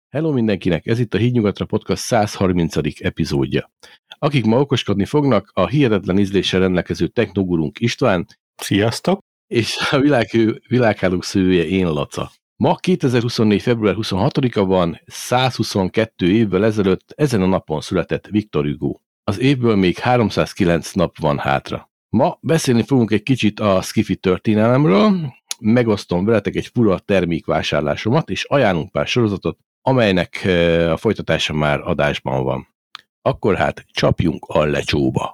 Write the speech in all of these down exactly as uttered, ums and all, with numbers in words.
Hello mindenkinek, ez itt a Hídnyugatra Podcast száz harmincadik epizódja. Akik ma okoskodni fognak, a hihetetlen ízléssel rendelkező technogurunk István. Sziasztok! És a világ, világhálók szője én, Laca. Ma kétezer-huszonnégy. február huszonhatodika van, száz huszonkettő évvel ezelőtt ezen a napon született Victor Hugo. Az évből még háromszázkilenc nap van hátra. Ma beszélni fogunk egy kicsit a sci-fi történelemről, megosztom veletek egy fura termékvásárlásomat, és ajánlunk pár sorozatot, amelynek a folytatása már adásban van. Akkor hát csapjunk a lecsóba.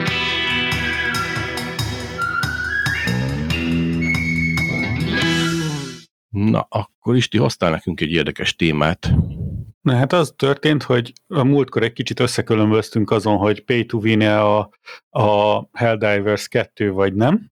Na, akkor Isti, hoztál nekünk egy érdekes témát. Na hát az történt, hogy a múltkor egy kicsit összekülönböztünk azon, hogy pay to win-e a, a Helldivers kettő vagy nem.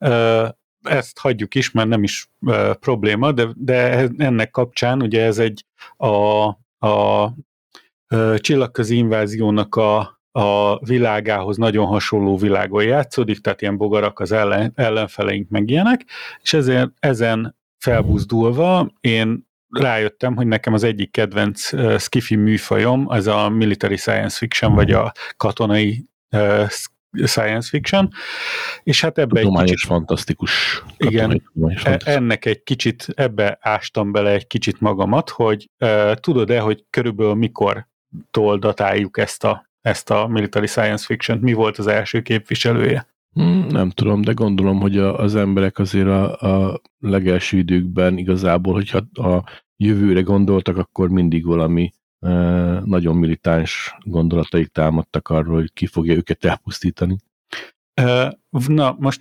Ezt hagyjuk is, mert nem is uh, probléma, de, de ennek kapcsán ugye ez egy a, a uh, csillagközi inváziónak a, a világához nagyon hasonló világon játszódik, tehát ilyen bogarak az ellen, ellenfeleink meg ilyenek, és ezért, ezen felbuzdulva én rájöttem, hogy nekem az egyik kedvenc uh, sci-fi műfajom, az a military science fiction, vagy a katonai uh, science fiction, és hát ebbe tudományos, egy kicsit... fantasztikus. Igen, fantasztikus. Ennek egy kicsit, ebbe ástam bele egy kicsit magamat, hogy uh, tudod-e, hogy körülbelül mikortól datáljuk ezt a, ezt a military science fiction-t, mi volt az első képviselője? Hmm, nem tudom, de gondolom, hogy a, az emberek azért a, a legelső időkben igazából, hogyha a jövőre gondoltak, akkor mindig valami nagyon militáns gondolataik támadtak arról, hogy ki fogja őket elpusztítani. Na, most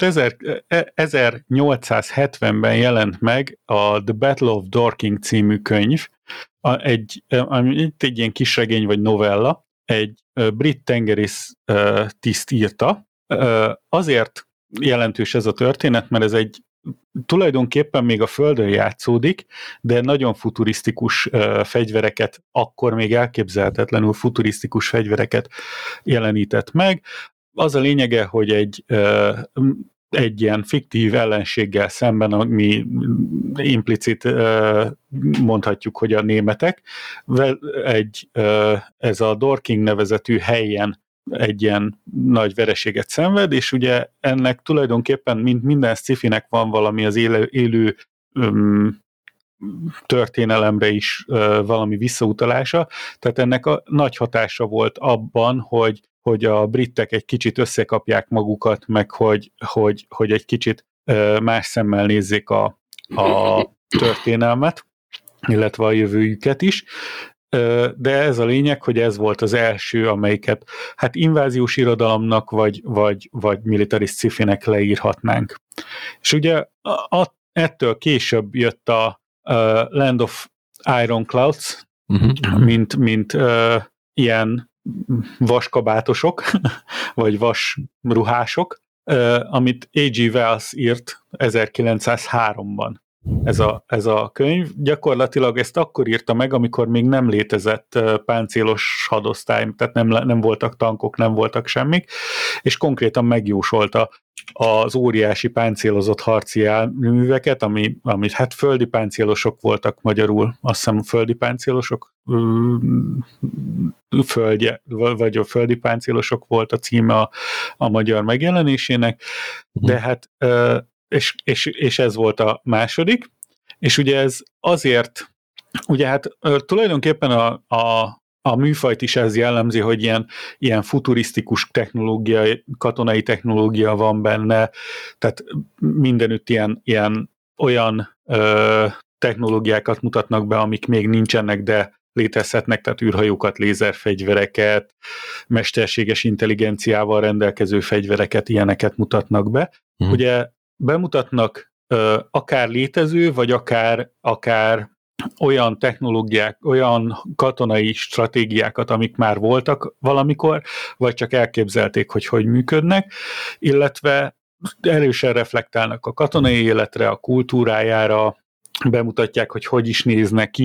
ezernyolcszázhetvenben jelent meg a The Battle of Dorking című könyv, egy, itt egy ilyen kisregény vagy novella, egy brit tengerész tiszt írta. Azért jelentős ez a történet, mert ez egy tulajdonképpen még a Földön játszódik, de nagyon futurisztikus uh, fegyvereket, akkor még elképzelhetetlenül futurisztikus fegyvereket jelenített meg. Az a lényege, hogy egy, uh, egy ilyen fiktív ellenséggel szemben, ami implicit uh, mondhatjuk, hogy a németek, egy, uh, ez a Dorking nevezetű helyen egy ilyen nagy vereséget szenved, és ugye ennek tulajdonképpen, mint minden sci-finek van valami az élő, élő um, történelemre is uh, valami visszautalása, tehát ennek a nagy hatása volt abban, hogy, hogy a britek egy kicsit összekapják magukat, meg hogy, hogy, hogy egy kicsit uh, más szemmel nézzék a, a történelmet, illetve a jövőjüket is. De ez a lényeg, hogy ez volt az első, amelyiket hát inváziós irodalomnak, vagy, vagy, vagy military sci-finek leírhatnánk. És ugye a, a, ettől később jött a uh, Land of Iron Clouds, uh-huh. mint, mint uh, ilyen vaskabátosok, vagy vasruhások, uh, amit á gé. Wells írt ezerkilencszázháromban. Ez a, ez a könyv. Gyakorlatilag ezt akkor írta meg, amikor még nem létezett páncélos hadosztály, tehát nem, nem voltak tankok, nem voltak semmik, és konkrétan megjósolta az óriási páncélozott harci járműveket, ami, amit hát földi páncélosok voltak magyarul, azt hiszem földi páncélosok, földje, vagy a földi páncélosok volt a címe a, a magyar megjelenésének, de hát És, és, és ez volt a második, és ugye ez azért, ugye hát tulajdonképpen a, a, a műfajt is ez jellemzi, hogy ilyen, ilyen futurisztikus technológia, katonai technológia van benne, tehát mindenütt ilyen, ilyen olyan ö, technológiákat mutatnak be, amik még nincsenek, de létezhetnek, tehát űrhajókat, lézerfegyvereket, mesterséges intelligenciával rendelkező fegyvereket, ilyeneket mutatnak be. Hmm. Ugye bemutatnak ö, akár létező, vagy akár, akár olyan technológiák, olyan katonai stratégiákat, amik már voltak valamikor, vagy csak elképzelték, hogy hogy működnek, illetve erősen reflektálnak a katonai életre, a kultúrájára, bemutatják, hogy hogy is néznek ki,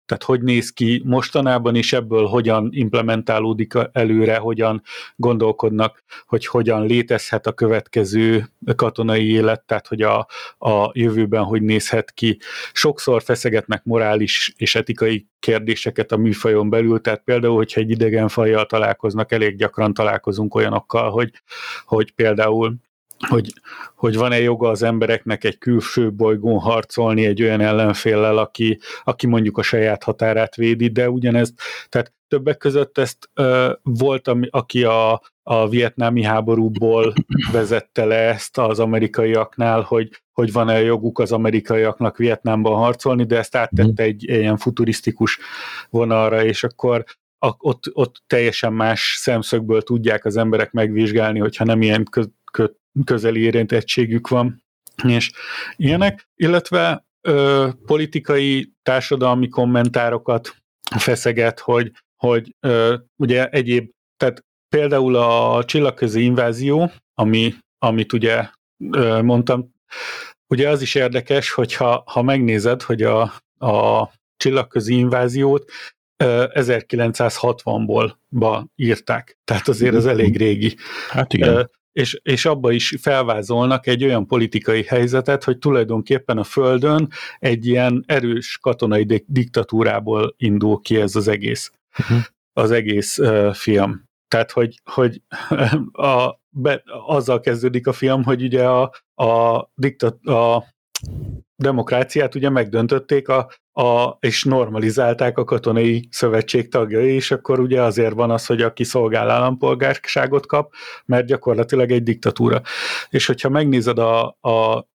Tehát hogy néz ki mostanában, és ebből hogyan implementálódik előre, hogyan gondolkodnak, hogy hogyan létezhet a következő katonai élet, tehát hogy a, a jövőben hogy nézhet ki. Sokszor feszegetnek morális és etikai kérdéseket a műfajon belül, tehát például, hogyha egy idegen fajjal találkoznak, elég gyakran találkozunk olyanokkal, hogy, hogy például Hogy, hogy van-e joga az embereknek egy külső bolygón harcolni egy olyan ellenféllel, aki, aki mondjuk a saját határát védi, de ugyanezt, tehát többek között ezt uh, volt, ami, aki a, a vietnámi háborúból vezette le ezt az amerikaiaknál, hogy, hogy van-e joguk az amerikaiaknak Vietnámban harcolni, de ezt áttette egy ilyen futurisztikus vonalra, és akkor a, ott, ott teljesen más szemszögből tudják az emberek megvizsgálni, hogyha nem ilyen köz, köz, közeli érintettségük van, és ilyenek, illetve ö, politikai, társadalmi kommentárokat feszeget, hogy, hogy ö, ugye egyéb, tehát például a csillagközi invázió, ami, amit ugye ö, mondtam, ugye az is érdekes, hogyha ha megnézed, hogy a, a csillagközi inváziót ö, ezerkilencszázhatvanból írták, tehát azért az elég régi. Hát igen. Ö, És, és abba is felvázolnak egy olyan politikai helyzetet, hogy tulajdonképpen a Földön egy ilyen erős katonai diktatúrából indul ki ez az egész, uh-huh. az egész uh, film. Tehát, hogy, hogy a, be, azzal kezdődik a film, hogy ugye a, a, diktat, a demokráciát ugye megdöntötték a, a, és normalizálták a katonai szövetség tagjai, és akkor ugye azért van az, hogy aki szolgál állampolgárságot kap, mert gyakorlatilag egy diktatúra. És hogyha megnézed a, a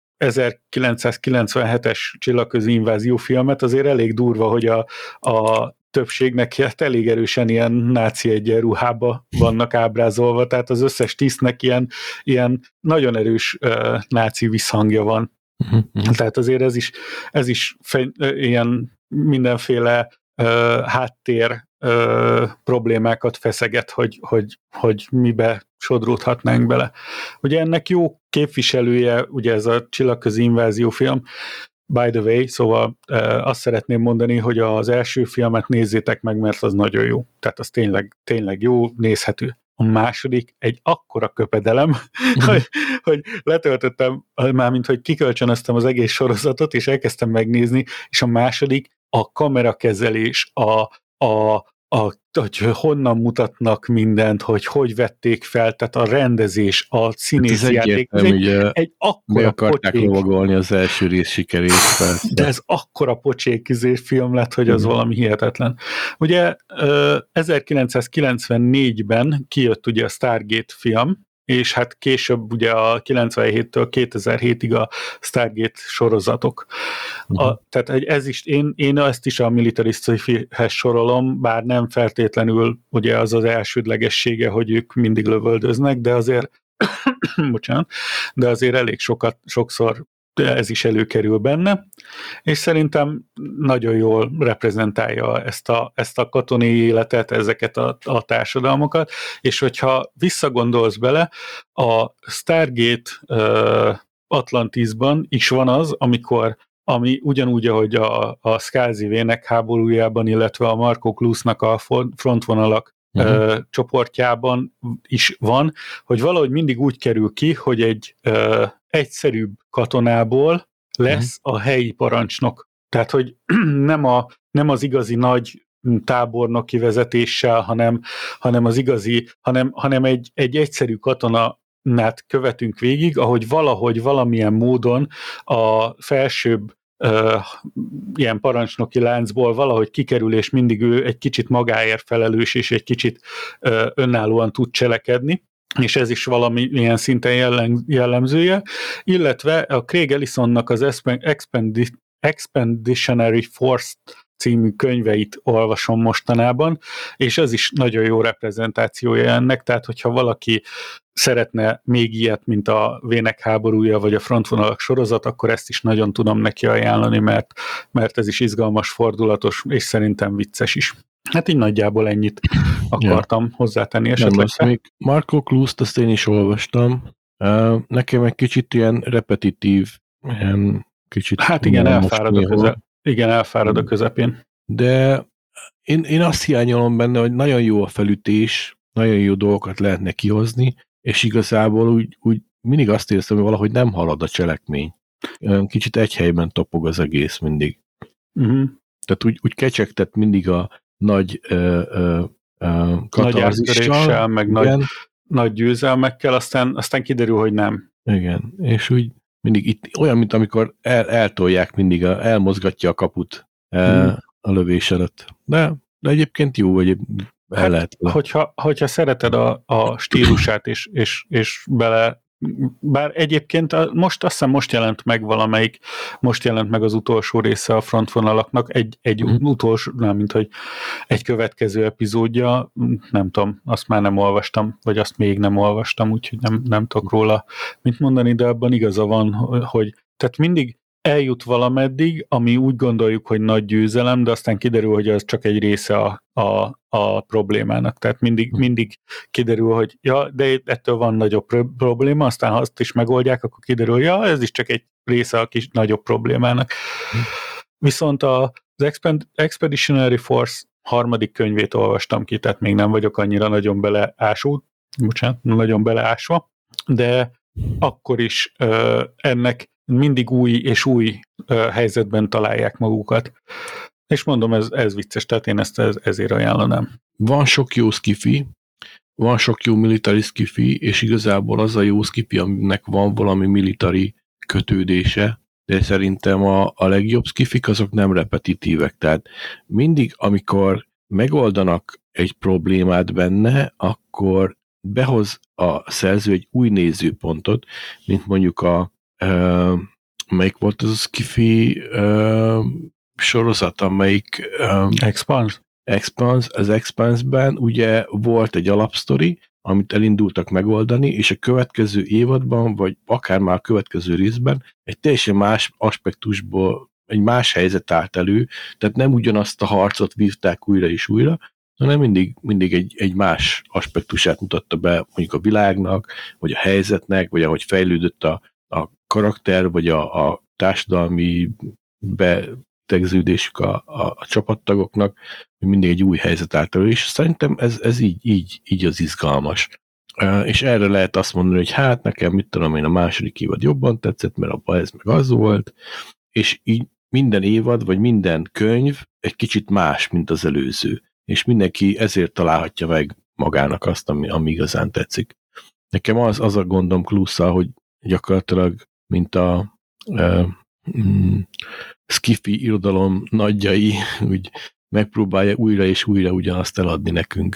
ezerkilencszázkilencvenhetes csillagközi invázió filmet, azért elég durva, hogy a, a többségnek hát elég erősen ilyen náci egyenruhába vannak ábrázolva, tehát az összes tisztnek ilyen, ilyen nagyon erős uh, náci visszhangja van. Uh-huh. Tehát azért ez is, ez is fej, ilyen mindenféle uh, háttér uh, problémákat feszeget, hogy, hogy, hogy mibe sodródhatnánk bele. Ugye ennek jó képviselője, ugye ez a csillagközi invázió film, by the way, szóval uh, azt szeretném mondani, hogy az első filmet nézzétek meg, mert az nagyon jó. Tehát az tényleg, tényleg jó, nézhető. A második egy akkora köpedelem, hogy, hogy letöltöttem, mármint, hogy kikölcsönöztem az egész sorozatot, és elkezdtem megnézni, és a második a kamerakezelés, a, a, a, hogy honnan mutatnak mindent, hogy hogy vették fel, tehát a rendezés, a színészjáték. Ez egy, egy akkora akarták lovagolni az első rész sikerét. Persze. De ez akkora pocsék film lett, hogy az mm. valami hihetetlen. Ugye ezerkilencszázkilencvennégyben kijött ugye a Stargate film, és hát később ugye a kilencvenhéttől kétezer-hétig a Stargate sorozatok. Uh-huh. A, tehát ez is, én, én ezt is a military sci-fihez sorolom, bár nem feltétlenül ugye az az elsődlegessége, hogy ők mindig lövöldöznek, de azért bocsánat, de azért elég sokat, sokszor ez is előkerül benne, és szerintem nagyon jól reprezentálja ezt a, ezt a katonai életet, ezeket a, a társadalmakat, és hogyha visszagondolsz bele, a Stargate uh, Atlantisban is van az, amikor ami ugyanúgy, ahogy a, a Skazi-vének háborújában, illetve a Marco Klusnak a frontvonalak Uh-huh. Uh, csoportjában is van, hogy valahogy mindig úgy kerül ki, hogy egy uh, egyszerűbb katonából lesz uh-huh. a helyi parancsnok. Tehát, hogy nem, a, nem az igazi nagy tábornoki vezetéssel, hanem, hanem az igazi, hanem, hanem egy, egy egyszerű katonát követünk végig, ahogy valahogy valamilyen módon a felsőbb Uh, ilyen parancsnoki láncból valahogy kikerül, és mindig ő egy kicsit magáért felelős, és egy kicsit uh, önállóan tud cselekedni, és ez is valami ilyen szinten jellem, jellemzője, illetve a Craig Ellisonnak az Expedi- Expeditionary Force című könyveit olvasom mostanában, és ez is nagyon jó reprezentációja ennek, tehát hogyha valaki szeretne még ilyet, mint a Vének háborúja, vagy a frontvonalak sorozat, akkor ezt is nagyon tudom neki ajánlani, mert, mert ez is izgalmas, fordulatos, és szerintem vicces is. Hát így nagyjából ennyit akartam ja. hozzátenni esetleg. Még Marco Klust, azt én is olvastam. Nekem egy kicsit ilyen repetitív, ilyen kicsit... Hát igen, elfárad a, közep, igen, elfárad a közepén. de én, én azt hiányolom benne, hogy nagyon jó a felütés, nagyon jó dolgokat lehetne kihozni, és igazából úgy, úgy mindig azt érzem, hogy valahogy nem halad a cselekmény. Kicsit egy helyben topog az egész mindig. Uh-huh. Tehát úgy, úgy kecsegtet mindig a nagy ö, ö, ö, katarzissal, meg nagy, nagy győzelmekkel, aztán, aztán kiderül, hogy nem. Igen, és úgy mindig itt olyan, mint amikor el, eltolják mindig, a, elmozgatja a kaput el, hmm. a lövés előtt. De, de egyébként jó, hogy el hát, lehet. Hogyha, hogyha szereted a, a stílusát, és, és, és bele bár egyébként a, most azt hiszem most jelent meg valamelyik, most jelent meg az utolsó része a frontvonalaknak, egy, egy mm. utolsó, nem, mint hogy egy következő epizódja, nem tudom, azt már nem olvastam, vagy azt még nem olvastam, úgyhogy nem, nem tudok róla mit mondani, de abban igaza van, hogy tehát mindig eljut valameddig, ami úgy gondoljuk, hogy nagy győzelem, de aztán kiderül, hogy az csak egy része a, a, a problémának. Tehát mindig, mindig kiderül, hogy ja, de ettől van nagyobb probléma, aztán ha azt is megoldják, akkor kiderül, hogy ja, ez is csak egy része a kis nagyobb problémának. Viszont az Expeditionary Force harmadik könyvét olvastam ki, tehát még nem vagyok annyira nagyon beleásult, bocsánat, nagyon beleásva, de akkor is uh, ennek mindig új és új uh, helyzetben találják magukat. És mondom, ez, ez vicces, tehát én ezt ez, ezért ajánlanám. Van sok jó skifi, van sok jó military skifi, és igazából az a jó skifi, aminek van valami military kötődése, de szerintem a, a legjobb skifik azok nem repetitívek, tehát mindig, amikor megoldanak egy problémát benne, akkor behoz a szerző egy új nézőpontot, mint mondjuk a uh, melyik volt az a skifi uh, sorozat, amelyik um, Expanse? Expanse, az Expanse-ben ugye volt egy alapsztori, amit elindultak megoldani, és a következő évadban, vagy akár már a következő részben egy teljesen más aspektusból, egy más helyzet állt elő, tehát nem ugyanazt a harcot vívták újra és újra, hanem mindig, mindig egy, egy más aspektusát mutatta be mondjuk a világnak, vagy a helyzetnek, vagy ahogy fejlődött a, a karakter, vagy a, a társadalmi betegződésük a, a, a csapattagoknak, hogy mindig egy új helyzet állt elő, és szerintem ez, ez így, így, így az izgalmas. És erre lehet azt mondani, hogy hát nekem, mit tudom én, a második évad jobban tetszett, mert abban ez meg az volt, és így minden évad, vagy minden könyv egy kicsit más, mint az előző. És mindenki ezért találhatja meg magának azt, ami, ami igazán tetszik. Nekem az, az a gondom Clusszal, hogy gyakorlatilag, mint a uh, mm, skifi irodalom nagyjai, úgy megpróbálja újra és újra ugyanazt eladni nekünk.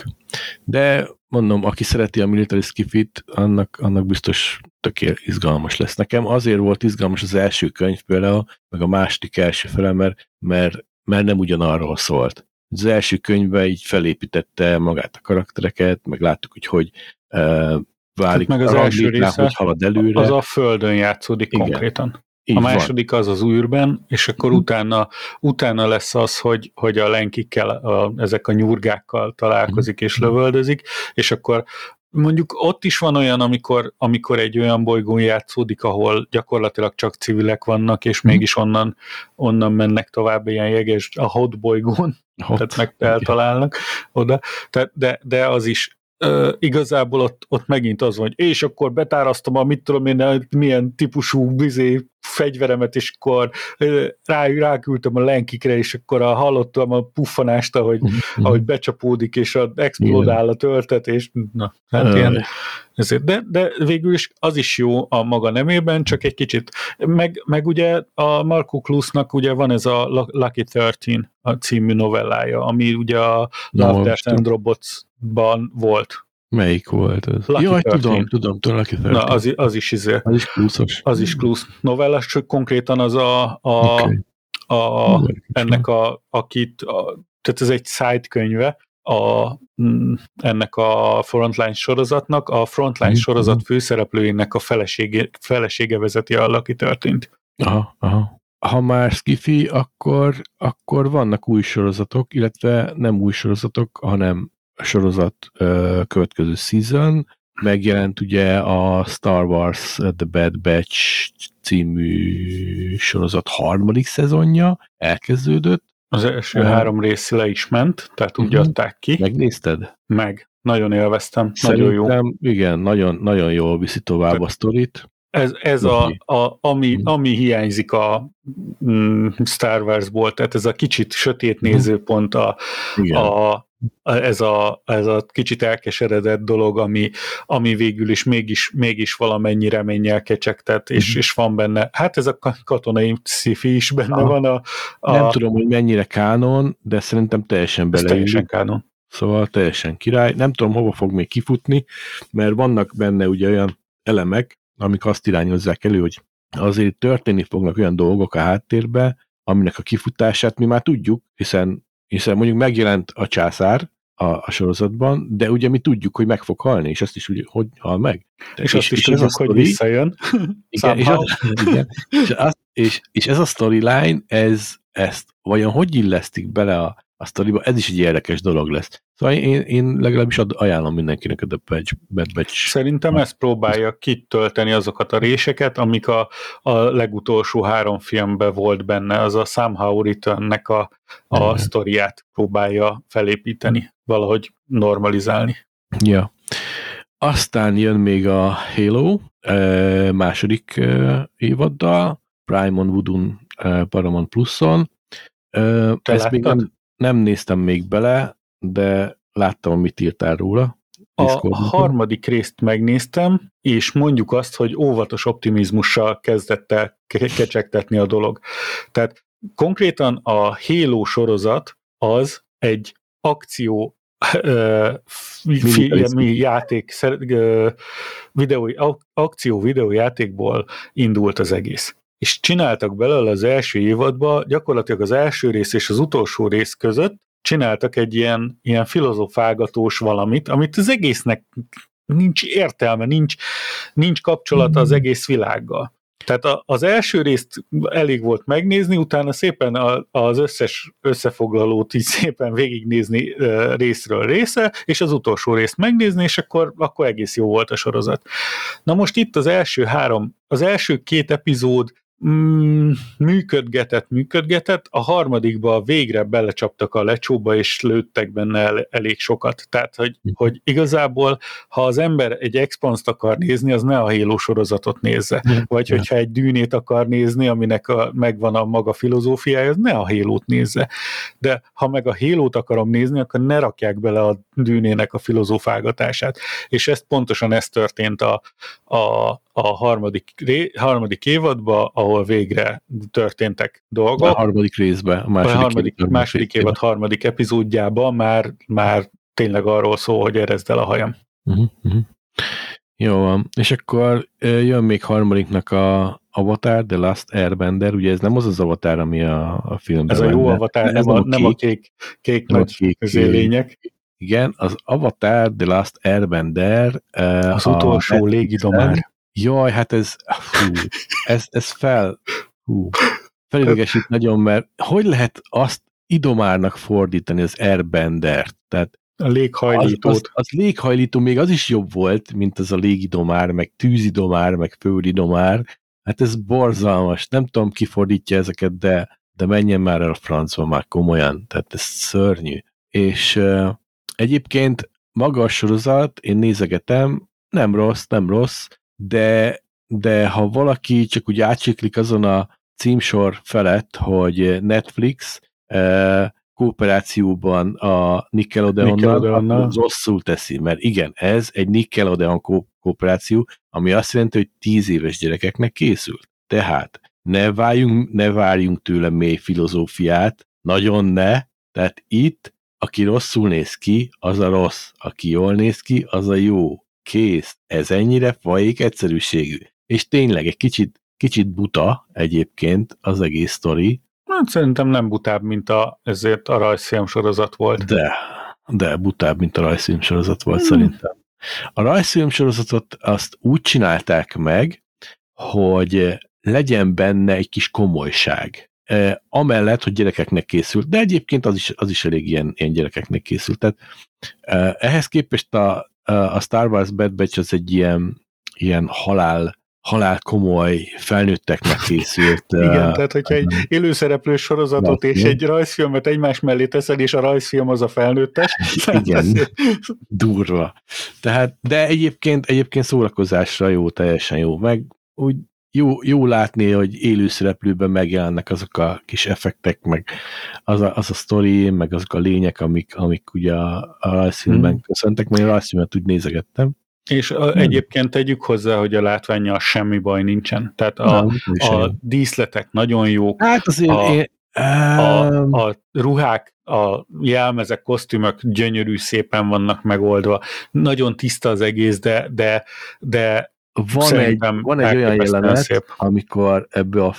De mondom, aki szereti a military skifit, annak, annak biztos tökéletes izgalmas lesz. Nekem azért volt izgalmas az első könyv például, meg a második első fele, mert, mert, mert nem ugyanarról szólt. Az első könyvben így felépítette magát a karaktereket, meg láttuk, hogy hogy uh, válik meg az a első része, hogy halad előre. Az a földön játszódik. Igen. Konkrétan. Így a második van. Az az űrben, és akkor uh-huh. utána, utána lesz az, hogy, hogy a lenkikkel, a, ezek a nyurgákkal találkozik uh-huh. és lövöldözik, és akkor mondjuk ott is van olyan, amikor, amikor egy olyan bolygón játszódik, ahol gyakorlatilag csak civilek vannak, és uh-huh. mégis onnan, onnan mennek tovább ilyen jeges, a hot bolygón, hot. Tehát meg eltalálnak oda, tehát, de, de az is Uh, igazából ott, ott megint az van, hogy és akkor betáraztam a mit tudom én, milyen típusú bizé fegyveremet, és akkor uh, rá, ráküldtem a lenkikre, és akkor a, hallottam a puffanást, ahogy, mm-hmm. ahogy becsapódik, és a explodál a töltetés. Na, hát uh. ilyen, ezért. De, de végül is az is jó a maga nemében, csak egy kicsit. Meg, meg ugye a Marco Klusznak ugye van ez a Lucky tizenhárom a című novellája, ami ugye a Love, Death and Robots-ban volt. Melyik volt ez? Lucky Jaj, tudom, tudom, tudom, Lucky tizenhárom. Na, az, az is izé. Az is Kluszos. Az is Klusz novella, csak konkrétan az a, a, okay. a, a ennek a, akit, a, tehát ez egy side könyve, A, ennek a Frontline sorozatnak, a Frontline mm-hmm. sorozat főszereplőjének a felesége, felesége vezeti a Lucky tizenhárom-t. Aha, aha. Ha már skifi, akkor, akkor vannak új sorozatok, illetve nem új sorozatok, hanem a sorozat uh, következő season. Megjelent ugye a Star Wars The Bad Batch című sorozat harmadik szezonja, elkezdődött. Az első uh, három rész le is ment, tehát úgy uh-huh. adták ki. Megnézted? Meg. Nagyon élveztem. Szerintem, nagyon jó. igen, nagyon, nagyon jól viszi tovább a sztorit. Ez, ez a, a, ami, ami hiányzik a mm, Star Warsból, tehát ez a kicsit sötét nézőpont, a, a, a, ez, a, ez a kicsit elkeseredett dolog, ami, ami végül is mégis, mégis valamennyi reménnyel kecsegtet, és, uh-huh. és van benne, hát ez a katonai sci-fi is benne ah, van. A, a, nem tudom, hogy mennyire kánon, de szerintem teljesen beleillik. Teljesen kánon. Szóval teljesen király. Nem tudom, hova fog még kifutni, mert vannak benne ugye olyan elemek, amik azt irányozzák elő, hogy azért történni fognak olyan dolgok a háttérbe, aminek a kifutását mi már tudjuk, hiszen, hiszen mondjuk megjelent a császár a, a sorozatban, de ugye mi tudjuk, hogy meg fog halni, és azt is úgy, hogy hal meg. És, és azt is és tudjuk, hogy visszajön. Igen, és, az, igen és, az, és, és ez a storyline, ez ezt vajon hogy illesztik bele a, a sztoriba, ez is egy érdekes dolog lesz. Szóval én, én legalábbis ad, ajánlom mindenkinek a The Bad Batch. Szerintem ezt próbálja kitölteni azokat a réseket, amik a, a legutolsó három filmben volt benne, az a Somehow Return-nek a, a sztoriát próbálja felépíteni, valahogy normalizálni. Ja. Aztán jön még a Halo második évaddal, Prime-on, Voodoo-n, Paramount Plus-on. Ezt még nem, nem néztem még bele, de láttam, mit írtál róla. A harmadik részt megnéztem, és mondjuk azt, hogy óvatos optimizmussal kezdett el kecsegtetni a dolog. Tehát konkrétan a Halo sorozat az egy akció uh, fi, mi játék, uh, videó, akció videójátékból indult az egész. És csináltak belőle az első évadban, gyakorlatilag az első rész és az utolsó rész között csináltak egy ilyen, ilyen filozofálgatós valamit, amit az egésznek nincs értelme, nincs, nincs kapcsolata az egész világgal. Tehát az első részt elég volt megnézni, utána szépen az összes összefoglalót így szépen végignézni részről részre, és az utolsó részt megnézni, és akkor, akkor egész jó volt a sorozat. Na most itt az első három, az első két epizód Mm, működgetett, működgetett, a harmadikba végre belecsaptak a lecsóba, és lőttek benne el, elég sokat. Tehát, hogy, hogy igazából, ha az ember egy Expanse-t akar nézni, az ne a Halo sorozatot nézze. Vagy hogyha egy Dűnét akar nézni, aminek a, megvan a maga filozófiája, az ne a Halo-t nézze. De ha meg a Halo-t akarom nézni, akkor ne rakják bele a Dűnének a filozófálgatását. És ezt pontosan ez történt a, a, a harmadik, ré, harmadik évadban, ahol végre történtek dolgok. A harmadik részben, a második, a harmadik, évad, második évad harmadik epizódjában már, már tényleg arról szól, hogy erezd el a hajam. Uh-huh, uh-huh. Jó van. És akkor jön még harmadiknak a Avatar, The Last Airbender, ugye ez nem az az Avatar, ami a, a filmben Ez a jó benne. Avatar, nem, a, nem a kék, kék nem nagy kék, közélények. Igen, az Avatar, The Last Airbender. Az utolsó légidomár. Jaj, hát ez, hú, ez, ez fel, hú, felidegesít nagyon, mert hogy lehet azt idomárnak fordítani az Airbendert? Tehát a léghajlítót. Az, az, az léghajlító, még az is jobb volt, mint az a légidomár, meg tűzidomár, meg földidomár. Hát ez borzalmas, nem tudom, ki fordítja ezeket, de, de menjen már el a francba már komolyan, tehát ez szörnyű. És uh, egyébként maga a sorozat, én nézegetem, nem rossz, nem rossz, de, de ha valaki csak úgy átsiklik azon a címsor felett, hogy Netflix eh, kooperációban a Nickelodeonnal, rosszul teszi, mert igen, ez egy Nickelodeon ko- kooperáció, ami azt jelenti, hogy tíz éves gyerekeknek készült. Tehát ne várjunk, ne várjunk tőle mély filozófiát, nagyon ne, tehát itt, aki rosszul néz ki, az a rossz, aki jól néz ki, az a jó. Kész. Ez ennyire fajék egyszerűségű. És tényleg egy kicsit, kicsit buta egyébként az egész sztori. Hát szerintem nem butább, mint a, ezért a rajzfilm sorozat volt. De, de butább, mint a rajzfilm sorozat volt hmm. szerintem. A rajzfilm sorozatot azt úgy csinálták meg, hogy legyen benne egy kis komolyság. Eh, amellett, hogy gyerekeknek készült, de egyébként az is, az is elég ilyen, ilyen gyerekeknek készült. Tehát eh, ehhez képest a a Star Wars Bad Batch az egy ilyen, ilyen halál, halál komoly, felnőtteknek készült. Igen, uh, tehát hogyha egy élőszereplős sorozatot és egy rajzfilmet egymás mellé teszel, és a rajzfilm az a felnőttes. Igen, durva. Tehát, de egyébként, egyébként szórakozásra jó, teljesen jó. Meg úgy jó, jó látni, hogy élőszereplőben megjelennek azok a kis effektek, meg az a, az a sztori, meg azok a lények, amik, amik ugye a, a rajzfilmben hmm. köszöntek, mert a rajzfilmet úgy nézegettem. És a, egyébként tegyük hozzá, hogy a látvánnyal semmi baj nincsen. Tehát a, Nem, a díszletek nagyon jók. Hát azért a, én... A, a ruhák, a jelmezek, kosztümök gyönyörű, szépen vannak megoldva. Nagyon tiszta az egész, de, de, de van egy, van egy olyan jelenet, szép. Amikor ebbe a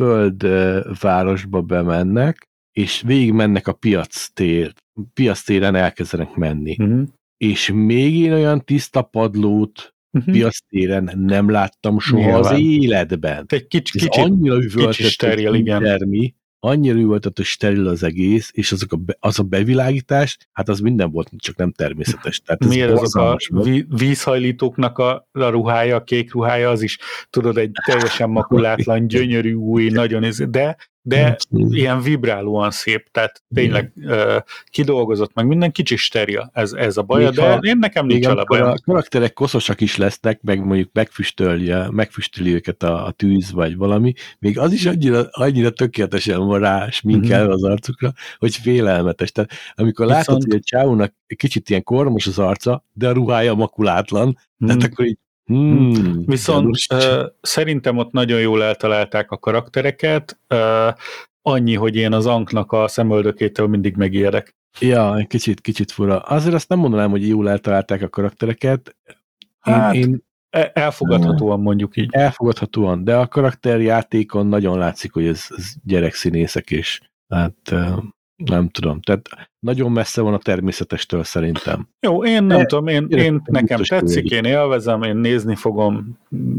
földvárosba bemennek, és végig mennek a piac tér, piac téren elkezdenek menni. Uh-huh. És még én olyan tiszta padlót uh-huh. piac téren nem láttam soha Nyilván. Az életben. Egy kics, kicsi, annyira kicsi steril, igen. Termi, annyira üvöltött, hogy steril az egész, és azok a be, az a bevilágítás, hát az minden volt, csak nem természetes. Tehát miért azok a vízhajlítóknak a, a ruhája, a kék ruhája, az is, tudod, egy teljesen makulátlan, gyönyörű, új, nagyon, de de ilyen vibrálóan szép, tehát tényleg uh, kidolgozott meg minden, kicsi steril, ez, ez a baja, még de ha, én nekem nincs a bajom. A karakterek koszosak is lesznek, meg mondjuk megfüstölje, megfüstöli őket a, a tűz, vagy valami, még az is annyira, annyira tökéletesen van rá sminkelve mm-hmm. az arcukra, hogy félelmetes. Tehát amikor Viszont... látod, hogy a csávónak kicsit ilyen kormos az arca, de a ruhája makulátlan, mm. tehát akkor így Hmm, Viszont uh, szerintem ott nagyon jól eltalálták a karaktereket, uh, annyi, hogy én az Anknak a szemöldökétől mindig megijedek. Ja, egy kicsit, kicsit fura. Azért azt nem mondanám, hogy jól eltalálták a karaktereket. Én, hát, én, elfogadhatóan mondjuk így. Elfogadhatóan, de a karakterjátékon nagyon látszik, hogy ez, ez gyerekszínészek, és hát... Uh, nem tudom, tehát nagyon messze van a természetestől szerintem. Jó, én nem De tudom, én, én nekem tetszik, én élvezem, én nézni fogom.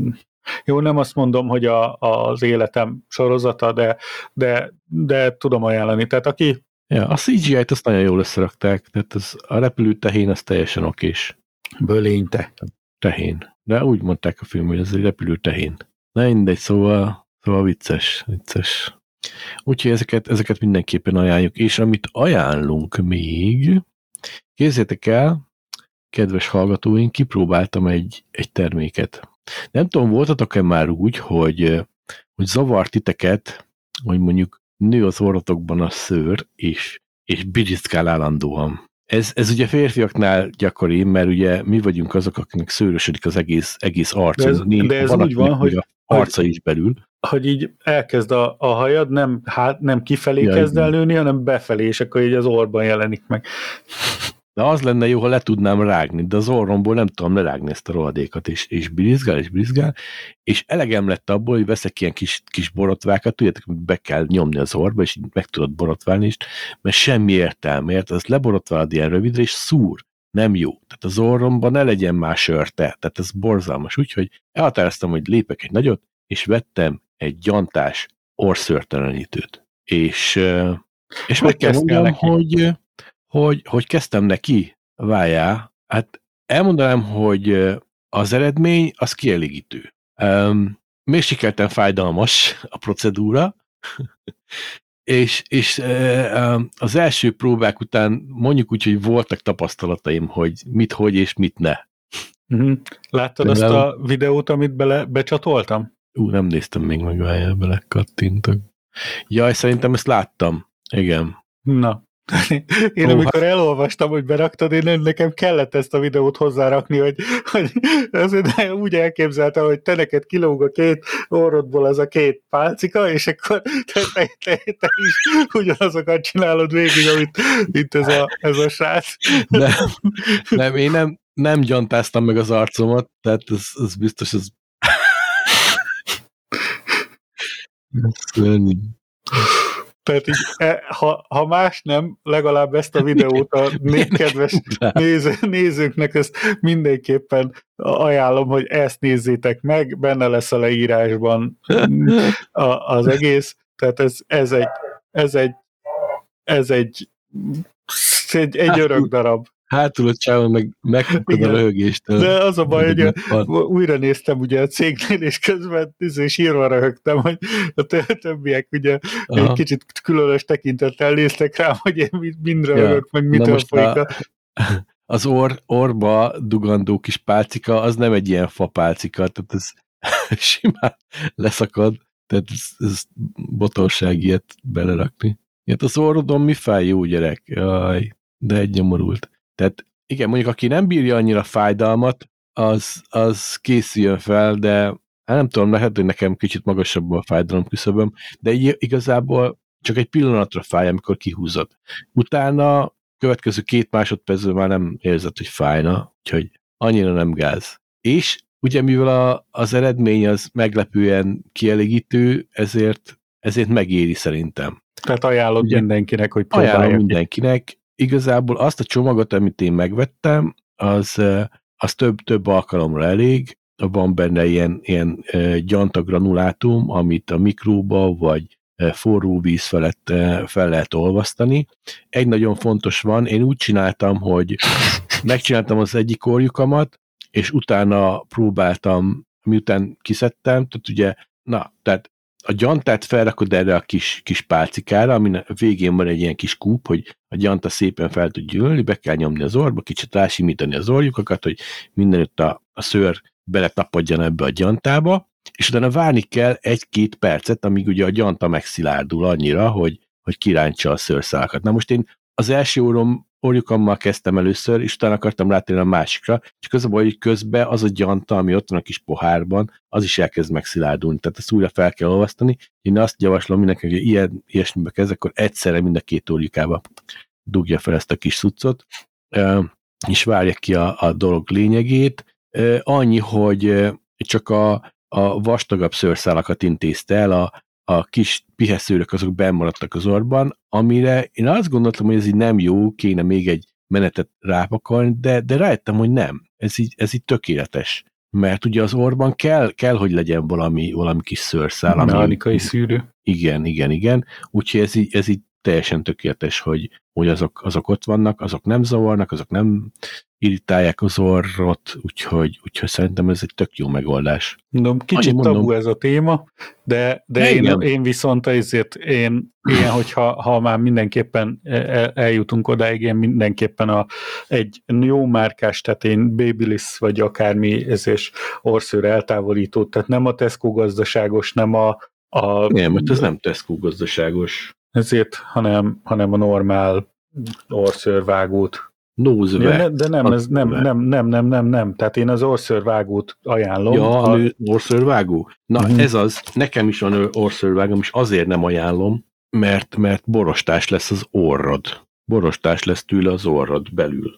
Jó, nem azt mondom, hogy a, az életem sorozata, de, de, de tudom ajánlani. Tehát aki... Ja, a cé gé í-t azt nagyon jól összerakták, tehát az, a repülő tehén az teljesen okés. Bölényte. Tehén. De úgy mondták a film, hogy ez egy repülő tehén. Na mindegy, szóval, szóval vicces, vicces. Úgyhogy ezeket, ezeket mindenképpen ajánljuk, és amit ajánlunk még, képzeljétek el, kedves hallgatóink, kipróbáltam egy, egy terméket. Nem tudom, voltatok-e már úgy, hogy, hogy zavar titeket, hogy mondjuk nő az orrotokban a szőr, és, és biriszkál állandóan. Ez, ez ugye férfiaknál gyakori, mert ugye mi vagyunk azok, akiknek szőrösödik az egész, egész arc. De ez, de ez úgy van, hogy arca is belül. Hogy így elkezd a, a hajad nem, hát, nem kifelé ja, kezd el nőni, hanem befelé, és akkor így az orrban jelenik meg. De az lenne jó, ha le tudnám rágni, de az orromból nem tudom lerágni ezt a rohadékat, és, és birizgál, és birizgál, és elegem lett abból, hogy veszek ilyen kis, kis borotvákat, tudjátok, hogy be kell nyomni az orrba, és így meg tudod borotválni is, mert semmi értelme, mert az leborotválod ilyen rövidre, és szúr. Nem jó. Tehát az orromban ne legyen más sörte, tehát ez borzalmas. Úgyhogy elhatároztam, hogy lépek egy nagyot, és vettem egy gyantás orrszőrtelenítőt. És, és meg kell mondjam, hogy, hogy, hogy kezdtem neki, várjál, hát elmondanám, hogy az eredmény az kielégítő. Um, még sikerten fájdalmas a procedúra, és, és um, az első próbák után mondjuk úgy, hogy voltak tapasztalataim, hogy mit, hogy és mit ne. Uh-huh. Láttad azt a videót, amit bele, becsatoltam? Ú, nem néztem még meg, várjál, bele kattintok. Jaj, szerintem ezt láttam. Igen. Na. Én oh, amikor hát... elolvastam, hogy beraktad, én nekem kellett ezt a videót hozzárakni, hogy, hogy azért úgy elképzeltem, hogy te neked kilóg a két orrodból az a két pálcika, és akkor te, te, te, te is ugyanazokat csinálod végig, amit itt ez a, ez a srác. Nem, nem, én nem, nem gyantáztam meg az arcomat, tehát ez, ez biztos, ez Tehát így, ha, ha más nem, legalább ezt a videót a kedves néző, nézőknek ezt mindenképpen ajánlom, hogy ezt nézzétek meg, benne lesz a leírásban az egész. Tehát ez, ez egy ez egy ez egy egy, egy örök darab. hátul a csávon meg megfogod a röhögéstől. De az a baj, hogy a, újra néztem ugye a cégnél, és közben és írva röhögtem, hogy a többiek ugye Aha. egy kicsit különös tekintettel néztek rám, hogy én mind röhögök, ja. meg mitől folyik a... Az orr, orba dugandó kis pálcika, az nem egy ilyen fa pálcika, tehát ez simán leszakad, tehát ez, ez botorság ilyet belerakni. Ilyet az orrodon mi fáj, jó gyerek? Jaj, de egy nyomorult. Tehát igen, mondjuk aki nem bírja annyira fájdalmat, az, az készüljön fel, de hát nem tudom, lehet, hogy nekem kicsit magasabb a fájdalom küszöböm, de igazából csak egy pillanatra fáj, amikor kihúzod. Utána következő két másodpercben már nem érzed, hogy fájna, úgyhogy annyira nem gáz. És ugye mivel a, az eredmény az meglepően kielégítő, ezért, ezért megéri szerintem. Tehát ajánlod ugye, mindenkinek, hogy próbálja. Ajánlom mindenkinek. Igazából azt a csomagot, amit én megvettem, az, az több, több alkalomra elég. Van benne ilyen, ilyen gyantagranulátum, amit a mikróba vagy forró víz felett fel lehet olvasztani. Egy nagyon fontos van, én úgy csináltam, hogy megcsináltam az egyik orjukamat, és utána próbáltam, miután kiszedtem, tehát ugye, na, tehát a gyantát felrakod erre a kis, kis pálcikára, amin a végén van egy ilyen kis kúp, hogy a gyanta szépen fel tud gyűlni, be kell nyomni az orrba, kicsit rásimítani az orjukakat, hogy mindenütt a, a szőr beletapadjan ebbe a gyantába, és utána várni kell egy-két percet, amíg ugye a gyanta megszilárdul annyira, hogy, hogy kirántsa a szőrszálakat. Na most én az első orrom orjukammal kezdtem először, és utána akartam rátérni a másikra, csak az a baj, hogy közben az a gyanta, ami ott van a kis pohárban, az is elkezd megszilárdulni, tehát ezt újra fel kell olvasztani. Én azt javaslom mindenkinek, hogy ilyen, ilyesmibe kezd, akkor egyszerre mind a két orjukába dugja fel ezt a kis cuccot, és várja ki a, a dolog lényegét. Annyi, hogy csak a, a vastagabb szőrszálakat intézte el, a, a kis piheszőrök azok benn maradtak az orrban, amire én azt gondoltam, hogy ez így nem jó, kéne még egy menetet rápakolni, de, de rájöttem, hogy nem. Ez így, ez így tökéletes. Mert ugye az orrban kell, kell hogy legyen valami, valami kis szőrszál. Mechanikai szűrő. Igen, igen, igen. Úgyhogy ez így, ez így teljesen tökéletes, hogy, hogy azok, azok ott vannak, azok nem zavarnak, azok nem irritálják az orrot, úgyhogy, úgyhogy szerintem ez egy tök jó megoldás. Mondom, kicsit mondom, tabu ez a téma, de, de én, én viszont ezért én, én hogyha ha már mindenképpen el, eljutunk odáig, én mindenképpen a, egy jó márkás, tehát én Babyliss vagy akármi ez és orrszőr eltávolító, tehát nem a Tesco gazdaságos, nem a, a nem, mert ez nem Tesco gazdaságos. Ezért, hanem, hanem a normál orrszőrvágót. Nózve. De nem, ez nem, nem, nem, nem, nem, nem. Tehát én az orrszőrvágót ajánlom. Ja, a nő orrszőrvágó? Na, uh-huh. ez az. Nekem is van orrszőrvágom, és azért nem ajánlom, mert, mert borostás lesz az orrod. Borostás lesz tőle az orrod belül.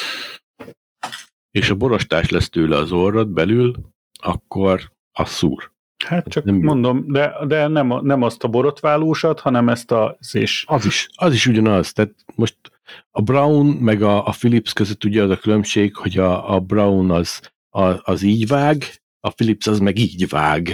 És ha borostás lesz tőle az orrod belül, akkor az szúr. Hát csak nem mondom, de, de nem, nem azt a borotválósat, hanem ezt az is. Az is, az is ugyanaz. Tehát most a Braun meg a, a Philips között ugye az a különbség, hogy a, a Braun az, a, az így vág, a Philips az meg így vág.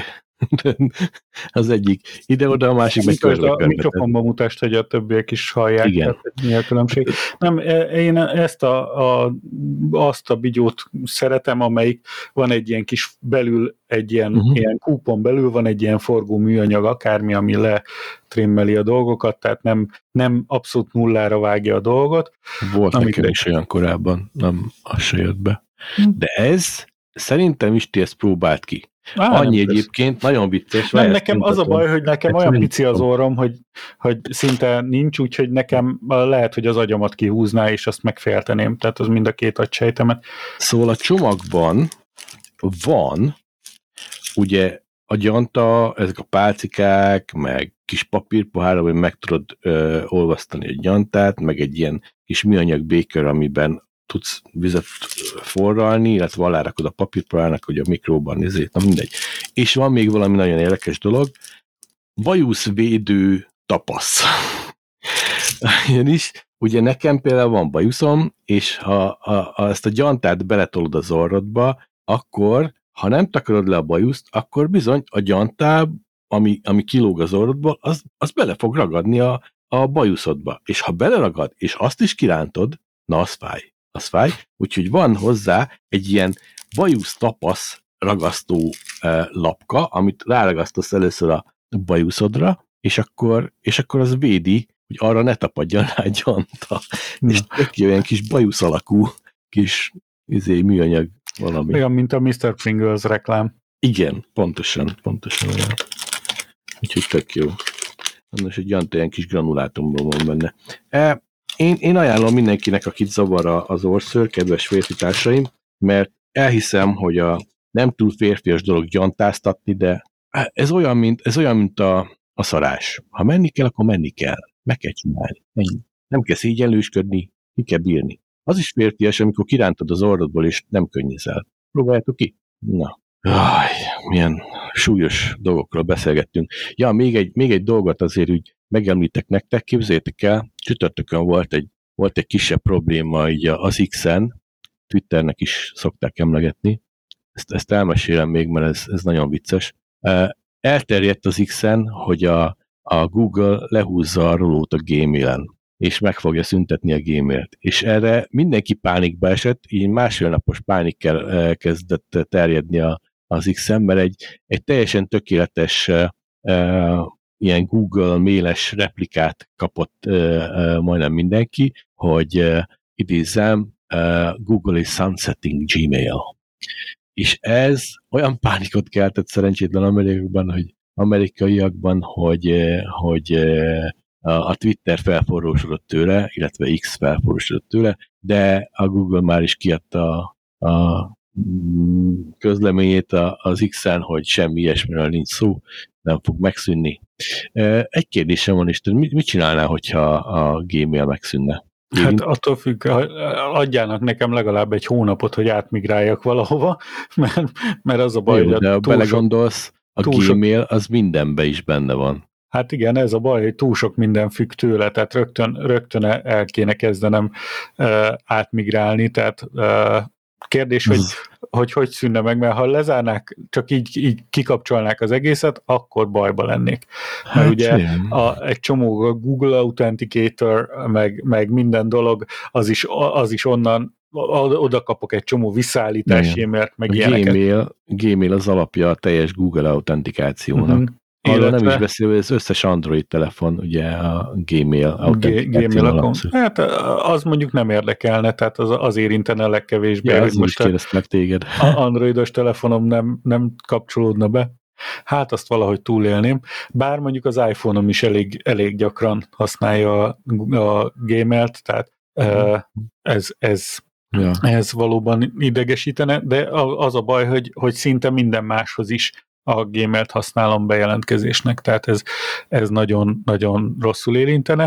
Az egyik ide-oda, a másik meg körbe. A mikrofonban mutasd, hogy a többiek is hallják. Igen. Tehát, mi a különbség. Nem, én ezt a, a, azt a bigyót szeretem, amelyik van egy ilyen kis belül, egy ilyen, uh-huh. ilyen kúpon belül van egy ilyen forgó műanyag, akármi, ami letrimmeli a dolgokat, tehát nem, nem abszolút nullára vágja a dolgot. Volt nekem is olyan korábban, nem az se jött be. De ez szerintem is ti ezt próbált ki. Á, annyi egyébként, tesz. Nagyon vicces. Nem, nekem az a baj, hogy nekem olyan pici az orrom, hogy, hogy szinte nincs, úgyhogy nekem lehet, hogy az agyamat kihúzná, és azt megfélteném, tehát az mind a két agysejtemet. Szóval a csomagban van, ugye a gyanta, ezek a pálcikák, meg kis papírpohára, hogy meg tudod ö, olvasztani a gyantát, meg egy ilyen kis műanyag béker, amiben tudsz vizet forralni, illetve alárakod a papírpohárának, hogy a mikróban nézzét, na mindegy. És van még valami nagyon érdekes dolog, bajuszvédő tapasz. Ilyen is, ugye nekem például van bajuszom, és ha, ha, ha ezt a gyantát beletolod az orrodba, akkor, ha nem takarod le a bajuszt, akkor bizony a gyantá, ami, ami kilóg az orrodból, az, az bele fog ragadni a, a bajuszodba. És ha beleragad, és azt is kirántod, na az fáj. az fáj. Úgyhogy van hozzá egy ilyen bajusz tapasz ragasztó uh, lapka, amit ráragasztasz először a bajuszodra, és akkor, és akkor az védi, hogy arra ne tapadjon rá egy anta. Na. És tök olyan kis bajusz alakú kis izé, műanyag valami. Olyan, mint a miszter Pringles reklám. Igen, pontosan, pontosan olyan. Úgyhogy tök jó. Most egy olyan olyan kis granulátumban van benne. E, én, én ajánlom mindenkinek, akit zavar az orszőr, kedves férfi társaim, mert elhiszem, hogy a nem túl férfias dolog gyantáztatni, de ez olyan, mint, ez olyan, mint a, a szarás. Ha menni kell, akkor menni kell. Meg kell csinálni. Ennyi. Nem kell szégyenlősködni, ki kell bírni. Az is férfias, amikor kirántod az orrodból, és nem könnyezel. Próbáljátok ki? Na. Aj, milyen súlyos dolgokról beszélgettünk. Ja, még egy, még egy dolgot azért úgy megemlítek nektek. Képzeljétek el, csütörtökön volt egy, volt egy kisebb probléma így az X-en, Twitternek is szokták emlegetni. Ezt, ezt elmesélem még, mert ez, ez nagyon vicces. Elterjedt az X-en, hogy a, a Google lehúzza a rolót a Gmailen, és meg fogja szüntetni a Gmailt. És erre mindenki pánikba esett, így másfél napos pánikkel kezdett terjedni a, az X-en, mert egy, egy teljesen tökéletes uh, ilyen Google mailes replikát kapott uh, uh, majdnem mindenki, hogy uh, idézem, uh, Google is sunsetting Gmail. És ez olyan pánikot keltett szerencsétlen amerikaiakban, hogy amerikaiakban, hogy, hogy a Twitter felforrósodott tőle, illetve X felforrósodott tőle, de a Google már is kiadta a, a közleményét az X-en, hogy semmi ilyesmiről nincs szó, nem fog megszűnni. Egy kérdésem van, Isten, mit csinálnál, hogyha a Gmail megszűnne? Hát én... attól függ, adjának nekem legalább egy hónapot, hogy átmigráljak valahova, mert, mert az a baj, jó, hogy de ha belegondolsz, a Gmail sok... az mindenben is benne van. Hát igen, ez a baj, hogy túl sok minden függ tőle, tehát rögtön, rögtön el kéne kezdenem uh, átmigrálni, tehát uh, kérdés, hogy, hogy hogy szűnne meg, mert ha lezárnák, csak így, így kikapcsolnák az egészet, akkor bajba lennék. Mert hát ugye a, egy csomó a Google Authenticator, meg, meg minden dolog, az is, az is onnan oda kapok egy csomó visszaállítási e-mailt, meg a ilyeneket. Gmail, Gmail az alapja a teljes Google autentikációnak. Uh-huh. Arról nem is beszél, hogy az összes Android telefon, ugye a Gmail autentikáció alapja. Hát az mondjuk nem érdekelne, tehát az, az érintene a legkevésbé. Ja, az is kérdeztelek téged. Androidos telefonom nem, nem kapcsolódna be. Hát azt valahogy túlélném. Bár mondjuk az iPhone-om is elég, elég gyakran használja a, a Gmailt, tehát uh-huh. ez, ez Ja. ez valóban idegesítene, de az a baj, hogy, hogy szinte minden máshoz is a Gmailt használom bejelentkezésnek, tehát ez, ez nagyon, nagyon rosszul érintene.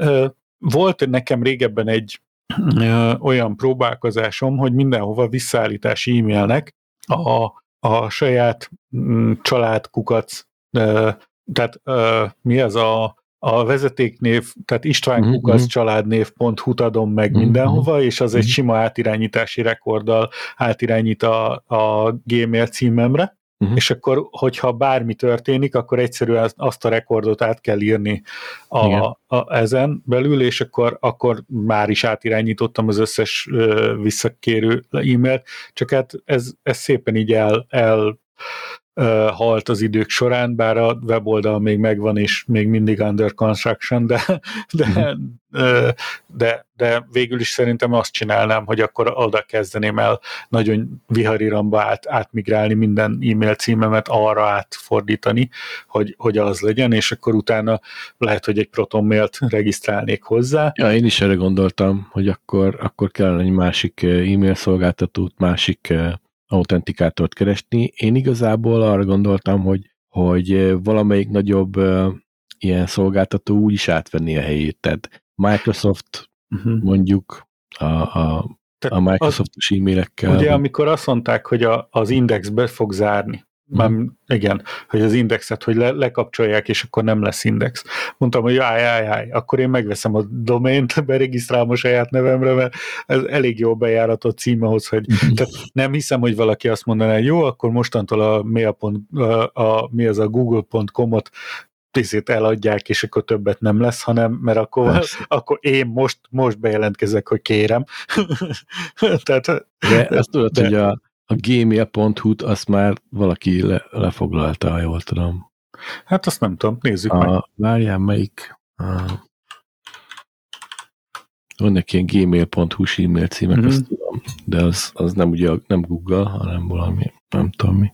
Volt nekem régebben egy olyan próbálkozásom, hogy mindenhova visszaállítási e-mailnek a, a saját családkukac, tehát mi az a a vezetéknév, tehát István uh-huh. Kukac családnév.hu-t adom meg uh-huh. mindenhova, és az uh-huh. egy sima átirányítási rekorddal átirányít a, a Gmail címemre, uh-huh. és akkor, hogyha bármi történik, akkor egyszerűen azt a rekordot át kell írni a, a, ezen belül, és akkor, akkor már is átirányítottam az összes uh, visszakérő e-mailt, csak hát ez, ez szépen így el, el Uh, halt az idők során, bár a weboldal még megvan, és még mindig under construction, de, de, uh, de, de végül is szerintem azt csinálnám, hogy akkor oda kezdeném el nagyon vihariramba át, átmigrálni minden e-mail címemet, arra átfordítani, hogy, hogy az legyen, és akkor utána lehet, hogy egy Proton mailt regisztrálnék hozzá. Ja, én is erre gondoltam, hogy akkor, akkor kellene egy másik e-mail szolgáltatót, másik autentikátort keresni. Én igazából arra gondoltam, hogy, hogy valamelyik nagyobb uh, ilyen szolgáltató úgy is átvenni a helyét. Tehát Microsoft uh-huh. mondjuk a, a, a Microsoftos e-mailekkel. Ugye, amikor azt mondták, hogy a, az Indexbe fog zárni, már, igen, hogy az indexet, hogy le, lekapcsolják, és akkor nem lesz index. Mondtam, hogy jaj, jaj, jaj, akkor én megveszem a domaint, beregisztrálom a saját nevemre, mert ez elég jó bejáratott cím ahhoz, hogy tehát nem hiszem, hogy valaki azt mondaná, hogy jó, akkor mostantól a mail. A, a, mi az a google pont com-ot tisztét eladják, és akkor többet nem lesz, hanem mert akkor, akkor én most, most bejelentkezek, hogy kérem. Tehát, de azt tudod, de, hogy a, a gmail pont hu-t azt már valaki le, lefoglalta, ha jól tudom. Hát azt nem tudom, nézzük a, meg. Várjál, melyik... A, vannak ilyen gmail pont hu-s e-mail címek, mm-hmm. azt tudom, de az, az nem ugye nem Google, hanem valami, nem tudom mi.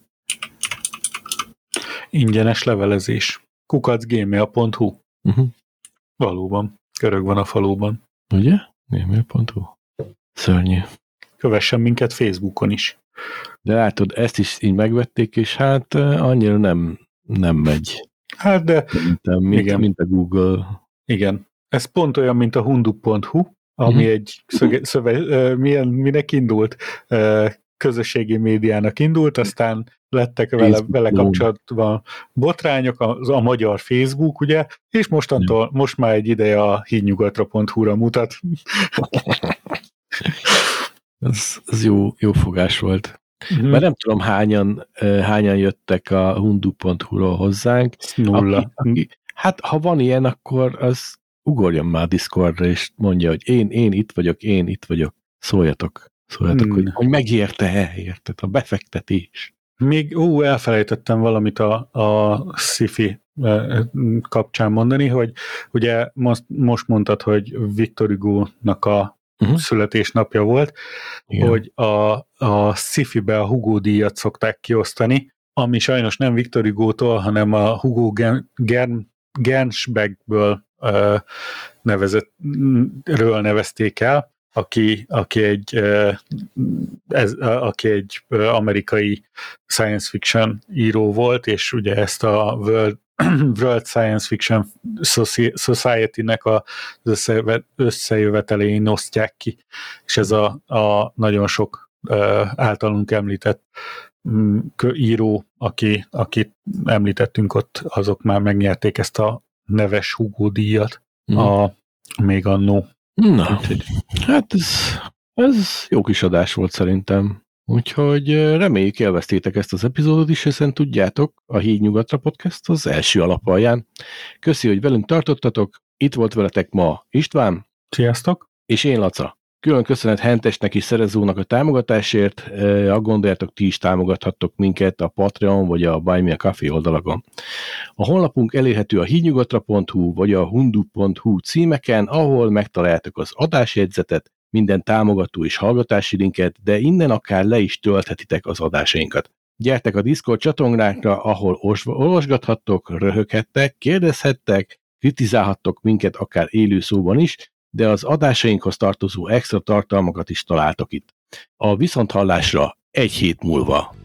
Ingyenes levelezés. kukac gmail pont hu. Uh-huh. Valóban. Körög van a faluban. Ugye? gmail pont hu. Szörnyű. Kövessen minket Facebookon is. De látod, ezt is így megvették, és hát annyira nem, nem megy. Hát de... Mint, igen. mint a Google. Igen. Ez pont olyan, mint a hundu pont hu, ami uh-huh. egy szöge, szöve, uh, milyen, minek indult? Uh, közösségi médiának indult, aztán lettek vele, vele kapcsolatban botrányok, a, a magyar Facebook, ugye, és mostantól, ja. most már egy ideje a hídnyugatra pont hu-ra mutat. ez, ez jó, jó fogás volt. Mm-hmm. Mert nem tudom, hányan, hányan jöttek a hundu pont hu-ról hozzánk. Nulla. Aki, aki, hát, ha van ilyen, akkor az ugorjon már Discordra, és mondja, hogy én, én itt vagyok, én itt vagyok. Szóljatok. Szóljatok, hmm. hogy, hogy megérte-e, érted? A befektetés. Még, ú, elfelejtettem valamit a, a sci-fi kapcsán mondani, hogy ugye most, most mondtad, hogy Victor Hugo-nak a uh-huh. születésnapja volt, igen. Hogy a, a sci-fibe a Hugo díjat szokták kiosztani, ami sajnos nem Victor Hugo-tól, hanem a Hugo Gen, Gen, Gernsbackből uh, nevezett, ről nevezték el, aki, aki, egy, ez, aki egy amerikai science fiction író volt, és ugye ezt a World, World Science Fiction Society-nek az összejövetelén osztják ki, és ez a, a nagyon sok általunk említett író, aki, akit említettünk ott, azok már megnyerték ezt a neves Hugo díjat, mm. a, még annó. Na, hát ez, ez jó kis adás volt szerintem. Úgyhogy reméljük élveztétek ezt az epizódot is, hiszen tudjátok, a Hídnyugatra Podcast az első alapalján. Köszi, hogy velünk tartottatok. Itt volt veletek ma István. Sziasztok. És én Laca. Külön köszönet Hentesnek és Szerezónak a támogatásért. Ha gondoljátok, ti is támogathattok minket a Patreon vagy a Buy Me a Coffee oldalakon. A honlapunk elérhető a hídnyugatra pont hu vagy a hundu pont hu címeken, ahol megtaláljátok az adásjegyzetet, minden támogató és hallgatási linket, de innen akár le is tölthetitek az adásainkat. Gyertek a Discord csatornákra, ahol olvasgathattok, röhöghettek, kérdezhettek, kritizálhattok minket akár élő szóban is, de az adásainkhoz tartozó extra tartalmakat is találtok itt. A viszonthallásra egy hét múlva.